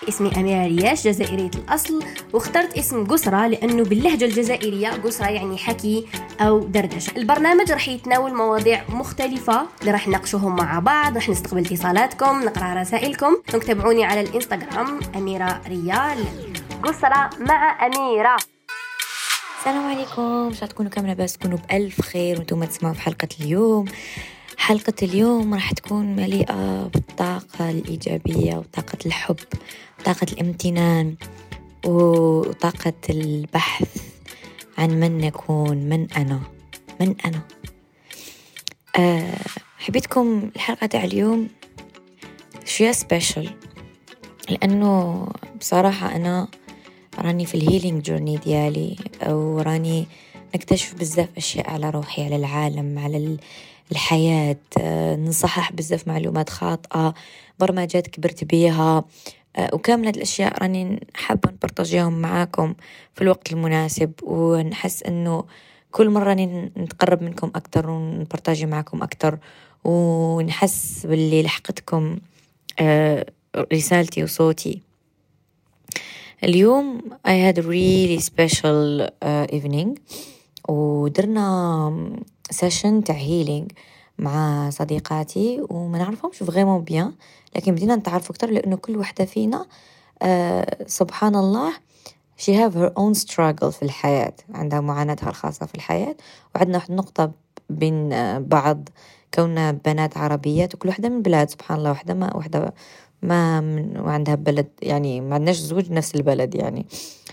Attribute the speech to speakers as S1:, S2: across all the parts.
S1: اسمي أميرة رياش، جزائرية الأصل، واخترت اسم قسرة لأنه باللهجة الجزائرية قسرة يعني حكي أو دردشة. البرنامج رح يتناول مواضيع مختلفة اللي رح نناقشوهم مع بعض، رح نستقبل اتصالاتكم، نقرأ رسائلكم. تابعوني على الإنستغرام أميرة ريال، قسرة مع أميرة.
S2: السلام عليكم، شاء تكونوا كامل لاباس، تكونوا بألف خير وانتم تسمعوا في حلقة اليوم. حلقة اليوم راح تكون مليئة بالطاقة الإيجابية وطاقة الحب وطاقة الامتنان وطاقة البحث عن من نكون، من أنا. حبيتكم الحلقة تاع اليوم شوية سبيشل، لأنه بصراحة أنا راني في الهيلينج جورني ديالي، أو راني نكتشف بزاف أشياء على روحي، على العالم، على الحياة. نصحح بزاف معلومات خاطئة، برمجات كبرت بيها، وكاملة الأشياء راني حابة نبرتجيهم معاكم في الوقت المناسب. ونحس أنه كل مرة نتقرب منكم أكتر ونبرتجي معاكم أكتر، ونحس باللي لحقتكم رسالتي وصوتي. اليوم I had a really special evening، ودرنا session تاع healing مع صديقاتي، وما نعرفهمش vraiment bien، لكن بدينا نتعرف أكتر لأنه كل واحدة فينا سبحان الله she have her own struggle في الحياة، عندها معاناتها الخاصة في الحياة. وعندنا واحد نقطة بين بعض، كوننا بنات عربيات وكل واحدة من بلاد، سبحان الله، واحدة ما عندها بلد، يعني ما عندناش زوج نفس البلد يعني.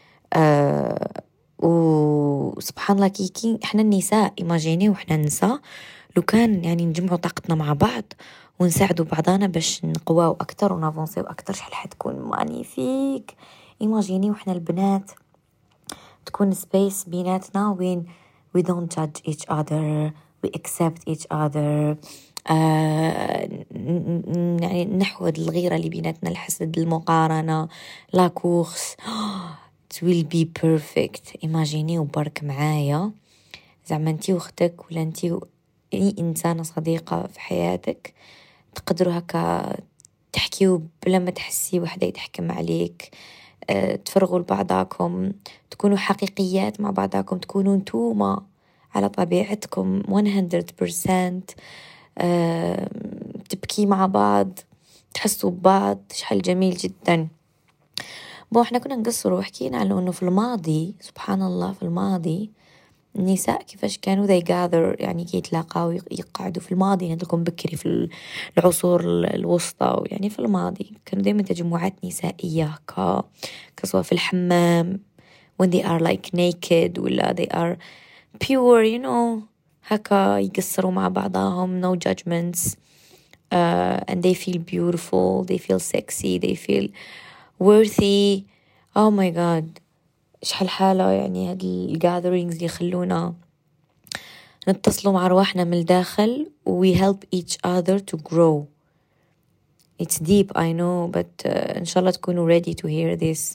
S2: وسبحان الله كي احنا النساء إيماجيني، وإحنا نساء لو كان يعني نجمعوا طاقتنا مع بعض ونساعدوا بعضنا باش نقواو أكتر ونافونسيو أكتر، شحال حتكون مانيفيك. إيماجيني وإحنا البنات تكون سبيس بيناتنا وين we don't judge each other, we accept each other. يعني نحود الغيرة اللي بيناتنا، الحسد، المقارنة، لا كورس. it will be perfect. إيماجيني وبارك معايا زعما انتي واختك ولا انتي اي انسانة صديقة في حياتك تقدروا هكا تحكيوا بلا ما تحسي وحدة يتحكم عليك، تفرغوا لبعضاكم، تكونوا حقيقيات مع بعضاكم، تكونوا انتوما على طبيعتكم 100%. تبكي مع بعض، تحسوا ببعض، شحال جميل جدا. احنا كنا نقصر وحكينا على انه في الماضي، سبحان الله، في الماضي النساء كيفاش كانوا they gather، يعني كي يتلاقاو يقعدوا في الماضي، ندلكم بكري في العصور الوسطى، يعني في الماضي كانوا دائما تجمعات نسائية هكا، كسوا في الحمام when they are like naked ولا they are pure, you know، هكا يقصروا مع بعضهم no judgments, and they feel beautiful, they feel sexy, they feel worthy. oh my god، شحال حالة يعني هاد الجاذرينجز اللي يخلونا نتصلوا مع رواحنا من الداخل. we help each other to grow. it's deep I know, but إن شاء الله تكونوا ready to hear this.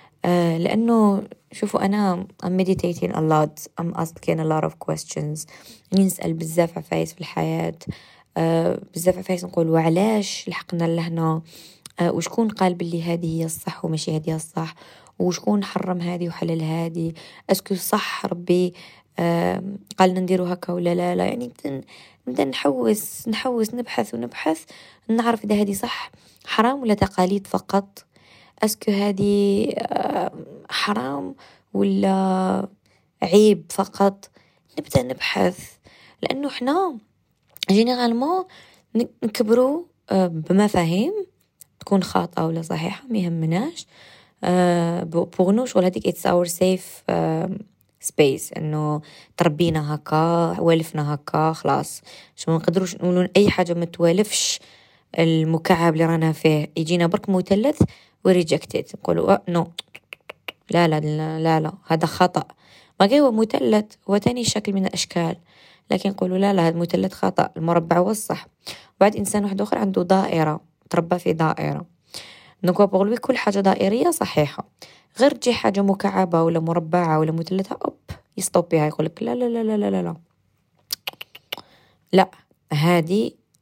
S2: لأنه شوفوا أنا I'm meditating a lot, I'm asking a lot of questions، نسأل بزاف عفايس في الحياة، بزاف عفايس نقول وعلاش لحقنا لهنا، وشكون قال باللي هذه هي الصح وماشي هذه الصح، وشكون حرم هذه وحلل هذه، اسكو صح ربي قال نديرو هكا ولا لا. يعني نبدأ نحوس نبحث نعرف إذا هذه صح حرام ولا تقاليد فقط، اسكو هذه حرام ولا عيب فقط. نبدأ نبحث، لأنه إحنا جينيرالمون نكبروا بمفاهيم تكون خاطئة ولا صحيحة ما يهمناش. بوغنو شغل هذيك it's our safe space، إنه تربينا هكا، والفنا هكا، خلاص شو ما نقدروش نقولون أي حاجة ما توالفش المكعب اللي رانا فيه. يجينا برك مثلث وريجكتد نقولوا نو، لا لا لا لا لا هذا خطأ. ما هو مثلث، هو تاني شكل من الأشكال، لكن نقولوا لا لا هذا مثلث خطأ، المربع هو الصح. بعد إنسان واحد آخر عنده دائرة، تربى في دائرة، نقول بقولوا كل حاجة دائرية صحيحة، غير تجي حاجة مكعبة ولا مربعة ولا مثلثة يستوب بها، يقولك لا لا لا لا لا لا لا هذه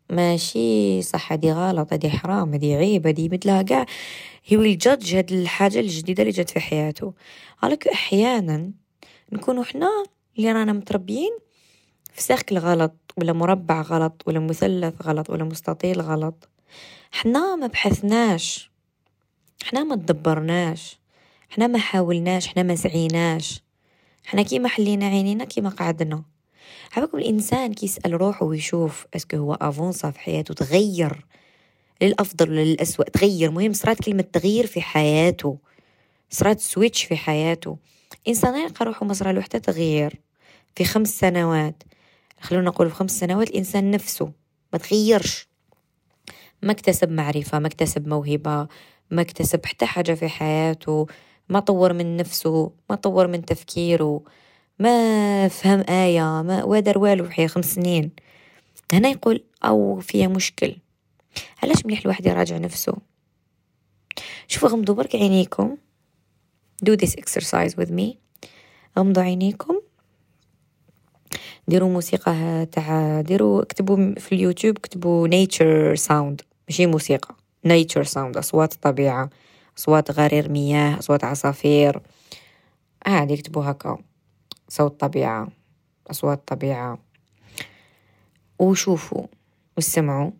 S2: ماشي صح، هدي غلط، هدي حرام، هدي عيب، هدي مثلها قاع. he will judge هاد الحاجة الجديدة اللي جت في حياته. عليك أحيانا نكونوا إحنا اللي رانا متربيين في سيركل غلط، ولا مربع غلط، ولا مثلث غلط، ولا مستطيل غلط. إحنا ما بحثناش، إحنا ما تدبرناش، إحنا ما حاولناش، إحنا ما سعيناش، إحنا كيما حلينا عينينا كيما قعدنا. حبكم الإنسان كيسأل روحه ويشوف اسكو هو أفونسا في حياته، تغير للأفضل ولا للأسوأ، تغير، مهم صارت كلمة تغيير في حياته، صارت سويتش في حياته. إنسان يلقى روحه ما صار له حتى تغيير في 5 سنوات، خلونا نقول في 5 سنوات الإنسان نفسه ما تغيرش، ما اكتسب معرفة، ما اكتسب موهبة، ما اكتسب حتى حاجة في حياته، ما طور من نفسه، ما طور من تفكيره، ما فهم آية، ما ودر والو في 5 سنين. هنا يقول أو فيها مشكل. علاش مليح الواحد يراجع نفسه؟ شوفوا، غمضوا برك عينيكم. do this exercise with me. غمضوا عينيكم، ديروا موسيقى ديروا، اكتبوا في اليوتيوب، اكتبوا nature sound، ماشي موسيقى، nature sound، أصوات الطبيعة، أصوات غرير مياه، أصوات عصافير، عادي اكتبوا هكا صوت طبيعة، أصوات طبيعة، وشوفوا واسمعوا،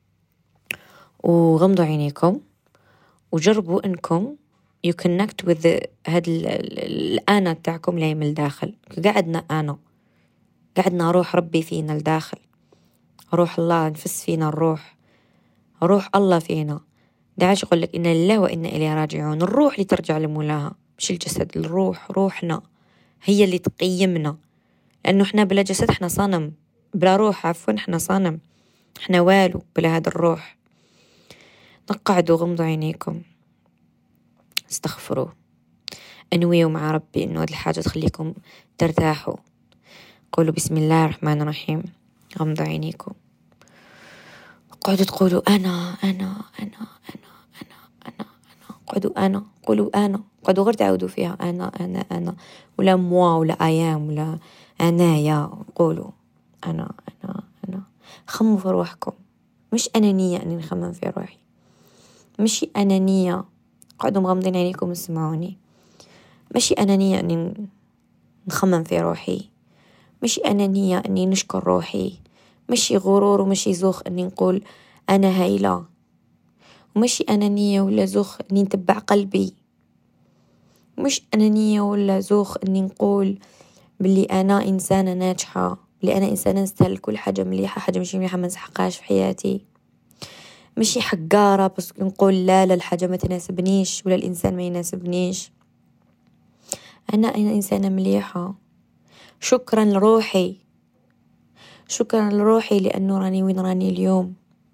S2: وغمضوا عينيكم، وجربوا انكم you connect with هاد الأنا تاعكم اللي من الداخل. قعدنا قعدنا روح ربي فينا الداخل، روح الله نفس فينا، روح الله فينا. داعش يقول لك إن لله وإنا إليه راجعون. الروح اللي ترجع لمولاها، مش الجسد. الروح، روحنا هي اللي تقيمنا، لأنه إحنا بلا جسد إحنا صنم، بلا روح عفوا إحنا صنم، إحنا والو بلا هذا الروح. نقعدوا، غمضوا عينيكم، استغفروا، انويوا مع ربي إنه هذه الحاجة تخليكم ترتاحوا. قولوا بسم الله الرحمن الرحيم. غمضوا عينيكم، قعدوا تقولوا أنا أنا أنا أنا أنا أنا أنا. قعدوا أنا، قولوا أنا، قعدوا غير تعودوا فيها أنا أنا أنا، ولا موا ولا أيام ولا أنايا. قولوا أنا أنا أنا. خموا في روحكم، مش أنانية أني نخمم في روحي، مش أنانية. قعدوا مغمضين عينيكم اسمعوني. مش أنانية أني نخمم في روحي، مش أنانية أني نشكر روحي، مشي غرور ومشي زوخ أني نقول أنا هايلة، ومشي أنانية ولا زوخ أني نتبع قلبي، مش أنانية ولا زوخ أني نقول باللي أنا إنسانة ناجحة، باللي أنا إنسانة نستاهل كل حاجة مليحة، حاجة مش مليحة ما نسحقهاش في حياتي. مشي حقارة بس نقول لا الحاجة ما تناسبنيش ولا الإنسان ما يناسبنيش. أنا إنسانة مليحة. شكرا لروحي، شكرا لروحي لأنه راني وين راني اليوم.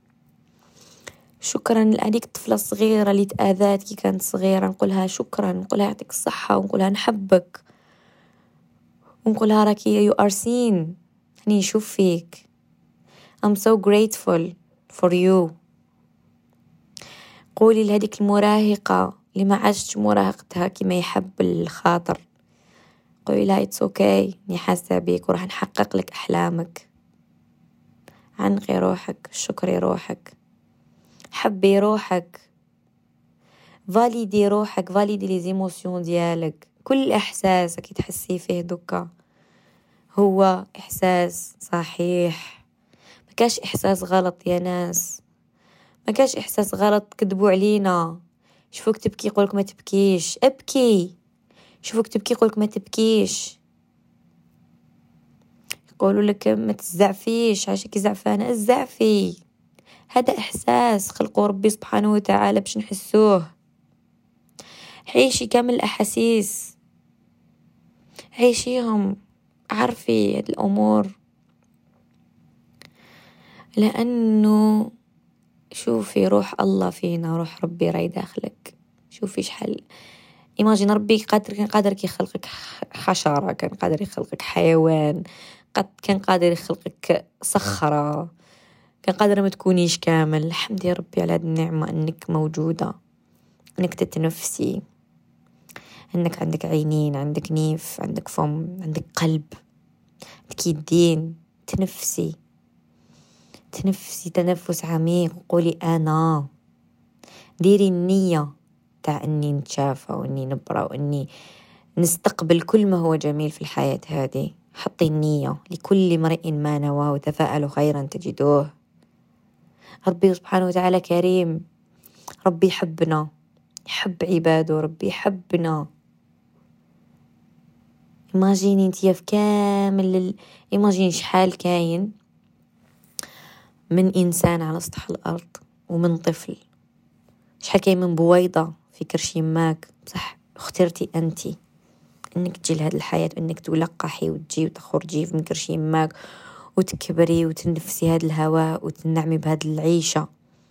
S2: شكرا لهذيك الطفلة الصغيرة اللي تآذات كي كانت صغيرة، نقولها شكرا، نقولها يعطيك الصحة، ونقولها نحبك، ونقولها راكي you are seen، راني نشوف فيك. I'm so grateful for you. قولي لهذيك المراهقة اللي ما عاشتش مراهقتها كما يحب الخاطر، قولي لها it's okay، اني حاسة بيك وراح نحقق لك أحلامك. عنقي روحك، شكري روحك، حبي روحك، فاليدي روحك، فاليدي لي زيموسيون ديالك. كل إحساس كي تحسي فيه دوكا هو إحساس صحيح، ما كاش إحساس غلط يا ناس، ما كاش إحساس غلط. كذبوا علينا، شوفوك تبكي يقولك ما تبكيش، ابكي. شوفوك تبكي يقولك ما تبكيش، يقولوا لك ما تزعفيش، عاشك زعفانة، الزعفي هذا إحساس خلقه ربي سبحانه وتعالى باش نحسوه. عيشي كامل الأحاسيس، عيشيهم، عرفي هاد الأمور، لأنه شوفي روح الله فينا، روح ربي راي داخلك. شوفي شحال إيماجين ربي كان قادر يخلقك حشرة، كان قادر يخلقك حيوان، كان قادر يخلقك صخرة، كان قادر ما تكونيش كامل. الحمد يا ربي على هذه النعمة، أنك موجودة، أنك تتنفسي، أنك عندك عينين، عندك نيف، عندك فم، عندك قلب، عندك يدين تنفسي. تنفسي تنفس عميق وقولي أنا. ديري النية تاع أني نتشافى وأني نبرى وأني نستقبل كل ما هو جميل في الحياة هذه. حطي النية، لكل امرئ ما نوى وتفاءلوا خيرا تجدوه. ربي سبحانه وتعالى كريم، ربي يحبنا، يحب عباده، ربي يحبنا. إيماجيني انتي في كامل إيماجيني شحال كاين من إنسان على سطح الأرض ومن طفل، شحال كاين من بويضة في كرش يماك، بصح اخترتي أنتي انك تجي لهذه الحياة وانك تلقحي وتجي وتخرجي من كرش يماك وتكبري وتنفسي هذا الهواء وتنعمي بهذه العيشة.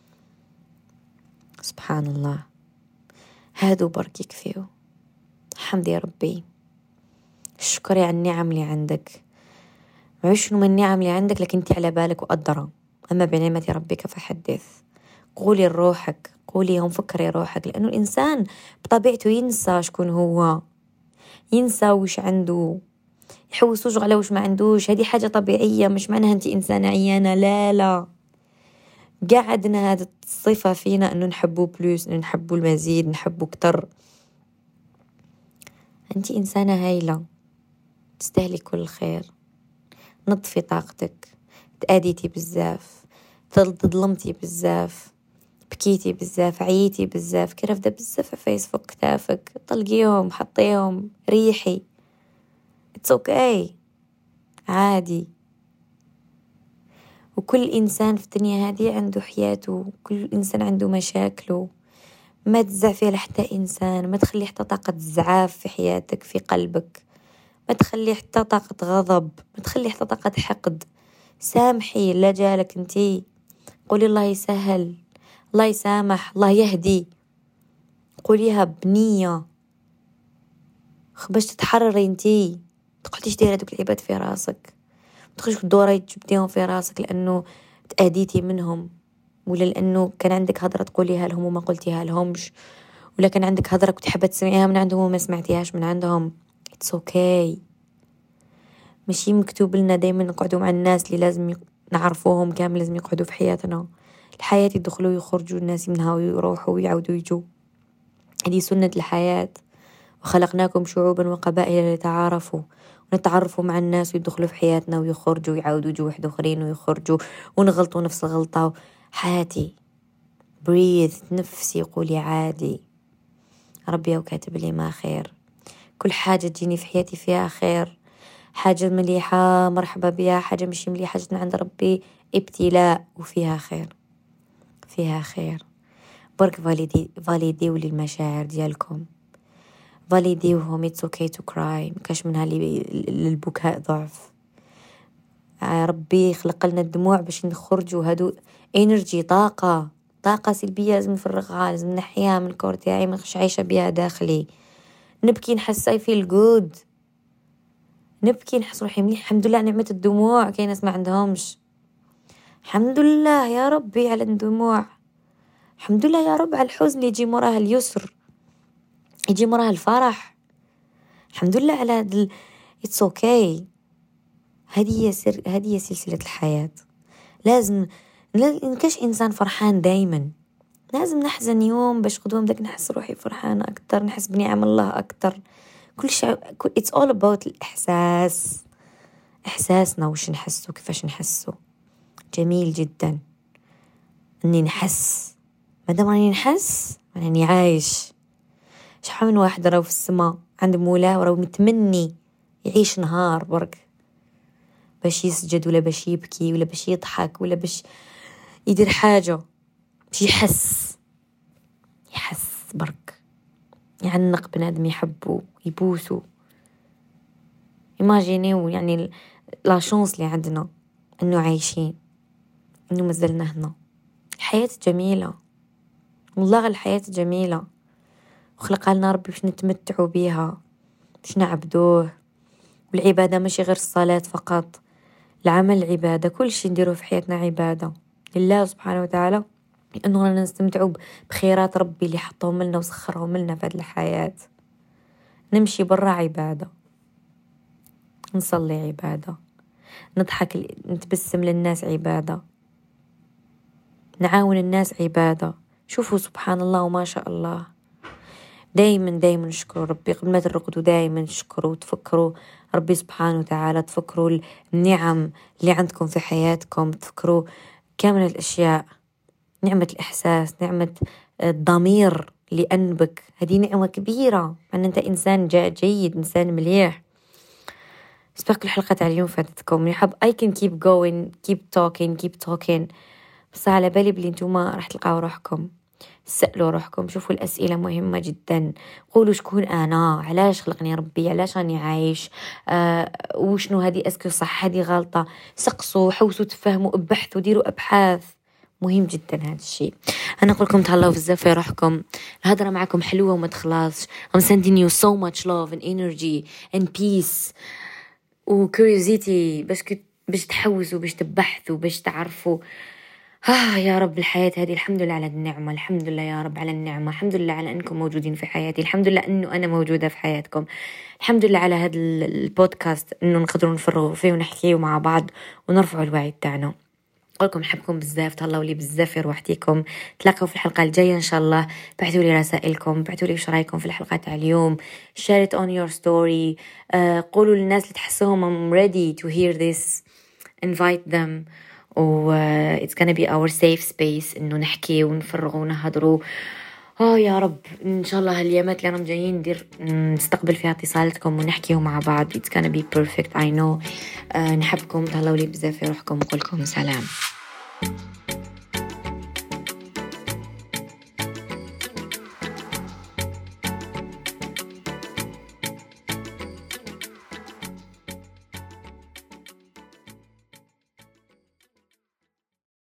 S2: سبحان الله، هادو برك يكفيو. حمد يا ربي، شكري على النعم اللي عندك. ما شنو من النعم اللي عندك لكن انت على بالك وقدره، اما بنعمة ربك فحدث. قولي لروحك، قولي يوم فكري روحك، لانه الانسان بطبيعته ينسى شكون هو، ينسى وش عنده، يحوس وجه على وش ما عندوش. هذه حاجة طبيعية، مش معناها انت انسانة عيانة، لا لا. قعدنا هذه الصفة فينا انه نحبه بلوس، انه نحبه المزيد، نحبه كتر. انت انسانة هايلة، تستاهلي كل الخير. نطفي طاقتك، تأديتي بزاف، تظلمتي بزاف، بكيتي بزاف، عييتي بزاف، كرفدة بزاف عفايس فوق كتافك، طلقيهم، حطيهم، ريحي. It's okay، عادي. وكل إنسان في الدنيا هذه عنده حياته، كل إنسان عنده مشاكله. ما تزعفي لحتى إنسان، ما تخلي حتى طاقة زعاف في حياتك في قلبك، ما تخلي حتى طاقة غضب، ما تخلي حتى طاقة حقد. سامحي، لا جالك انتي، قولي الله يسهل، الله يسامح، الله يهدي. قوليها بنية باش تتحرري انتي. تقعديش دايره دوك العباد في راسك، تخرجك الدورة تجبديهم في راسك لأنه تأديتي منهم، ولا لأنه كان عندك هضرة تقوليها لهم وما قلتيها لهمش، ولا كان عندك هضرة كنت حابة تسمعيها من عندهم وما سمعتيهاش من عندهم. It's okay. ماشي مكتوب لنا دايما نقعدوا مع الناس اللي لازم نعرفوهم كامل، لازم يقعدوا في حياتنا. الحياة يدخلوا ويخرجوا الناس منها ويروحوا ويعودوا ويجوا، هذه سنة الحياة. وخلقناكم شعوبا وقبائل لتعارفوا، ونتعرفوا مع الناس ويدخلوا في حياتنا ويخرجوا ويعاودوا يجوا واحد اخرين ويخرجوا ونغلطوا نفس الغلطة. حياتي بريث، نفسي، قولي عادي. ربي وكاتب لي ما خير، كل حاجة تجيني في حياتي فيها خير. حاجة مليحة مرحبا بها، حاجة مش مليحة جت من عند ربي ابتلاء وفيها خير، فيها خير. برك فاليديو للمشاعر ديالكم، فاليديوهم. it's okay to cry، مكاش منها للبكاء ضعف. ربي خلق لنا الدموع باش نخرجوا هادو انرجي، طاقة سلبية لازم نفرغها، لازم نحيها من الكور تاعي، ما نخش عايشة بها داخلي. نبكي نحس I feel good، نبكي نحس روحي مليح. الحمد لله نعمة الدموع، كاين ناس ما عندهمش. الحمد لله يا ربي على الدموع، الحمد لله يا رب على الحزن اللي يجي موراها اليسر، يجي موراها الفرح. الحمد لله على هذا it's okay. هذه هي سلسلة الحياة. لازم نكاش إنسان فرحان دايما، لازم نحزن يوم باش قدوم داك نحس روحي فرحانة أكتر، نحس بنعم الله أكتر. كل شيء it's all about الإحساس، إحساسنا وش نحسه كيفاش نحسه. جميل جدا أني نحس، مادام راني نحس راني عايش. شحال من واحد راهو في السماء عند مولاه وراهو متمني يعيش نهار برك باش يسجد، ولا باش يبكي، ولا باش يضحك، ولا باش يدير حاجة، باش يحس برك، يعنق بنادم يحبه يبوسه. إيماجينيو يعني لا شانس اللي عندنا انه عايشين، انه مازلنا هنا. الحياة جميلة والله، الحياة جميلة وخلقها لنا ربي باش نتمتعوا بيها، باش نعبدوه. والعبادة ماشي غير الصلاة فقط، العمل عبادة، كل شيء نديروه في حياتنا عبادة لله سبحانه وتعالى، لأنه رانا نستمتعوا بخيرات ربي اللي حطهم لنا وسخرهم لنا في هذه الحياة. نمشي برا عبادة، نصلي عبادة، نضحك نتبسم للناس عبادة، نعاون الناس عبادة. شوفوا سبحان الله وما شاء الله. دايما نشكروا ربي قبل ما ترقدوا، دايما تشكروا وتفكروا ربي سبحانه وتعالى، تفكروا النعم اللي عندكم في حياتكم، تفكروا كامل الأشياء، نعمة الإحساس، نعمة الضمير اللي أنبك، هذه نعمة كبيرة أن أنت إنسان جيد، إنسان مليح. سبق الحلقة على اليوم فاتتكم، يحب I can keep going keep talking بس على بالي بلي انتوما راح تلقاو روحكم، سألوا روحكم، شوفوا الأسئلة مهمة جدا، قولوا شكون أنا، علاش خلقني ربي، علاش راني عايش، وشنو هذه، أسكو صح هذه غلطة، سقصوا، حوسوا، تفهموا، ابحثوا، ديروا أبحاث، مهم جدا هذا الشيء. أنا أقول لكم تهلاو بزاف في روحكم، الهضرة معكم حلوة وما تخلص. I'm sending you so much love and energy and peace و curiosity باش تحوسوا، باش تبحثوا، باش تعرفوا. يا رب الحياة هذه، الحمد لله على النعمة، الحمد لله يا رب على النعمة، الحمد لله على أنكم موجودين في حياتي، الحمد لله أنه أنا موجودة في حياتكم، الحمد لله على هذا البودكاست أنه نقدروا نفرغوا فيه ونحكيه مع بعض ونرفعوا الوعي بتاعنا. أقولكم حبكم بزاف، تهلاو لي بزاف في روحتكم. تلاقوا في الحلقة الجاية إن شاء الله. بعثوا لي رسائلكم، بعثوا لي وش رايكم في الحلقة تاع اليوم. share it on your story. قولوا للناس اللي تحسوهم I'm ready to hear this. invite them. it's gonna be our safe space إنه نحكي ونفرغ ونهضروا. يا رب إن شاء الله هاليامات اللي راهم جايين ندير نستقبل فيها اتصالاتكم ونحكيوا مع بعض. it's gonna be perfect I know. نحبكم، تهلاو لي بزاف في روحكم، وقولكم سلام.